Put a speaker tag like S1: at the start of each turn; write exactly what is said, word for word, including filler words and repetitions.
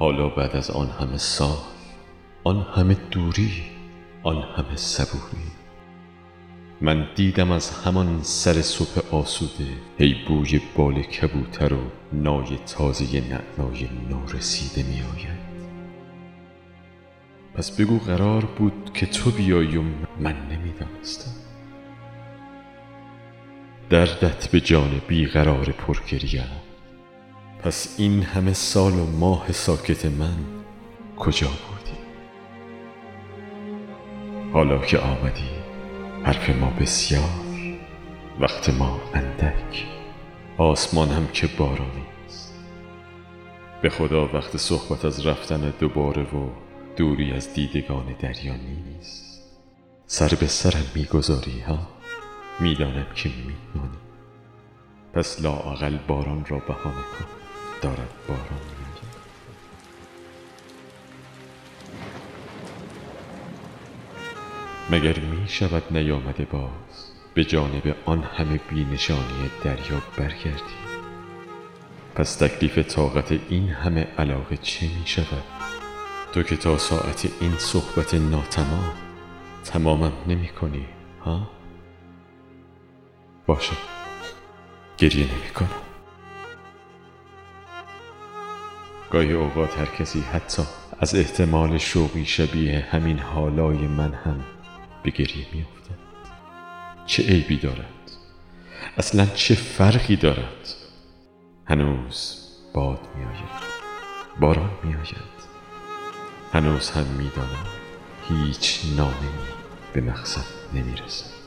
S1: حالا بعد از آن همه سال، آن همه دوری، آن همه صبوری، من دیدم از همان سر صبح آسوده هی بوی بال کبوتر و نای تازه نعنای نورسیده می آید. پس بگو قرار بود که تو بیایی و من نمی دانستم. دردت به جان بیقرار پرگریه، پس این همه سال و ماه ساکت من کجا بودی؟ حالا که آمدی حرف ما بسیار، وقت ما اندک، آسمان هم که بارانی است. به خدا وقت صحبت از رفتن دوباره و دوری از دیدگان دریا نیست. سر به سرم میگذاری ها؟ میدانم که میمانی. پس لااقل باران را بهانه کن، دارد باران میآید. مگر می شود نیامده باز به جانب آن همه بی نشانی دریا برگردی؟ پس تکلیف طاقت این همه علاقه چه می شود؟ تو که تا ساعت این صحبت ناتمام تمامم نمی کنی ها؟ باشه، گریه نمی کنم. گاهی اوقات هر کسی حتی از احتمال شوقی شبیه همین حالای من هم به گریه می افتد. چه عیبی دارد؟ اصلا چه فرقی دارد؟ هنوز باد می آید، باران می آید. هنوز هم می دانم هیچ نامه‌ای به مقصد نمی رسد.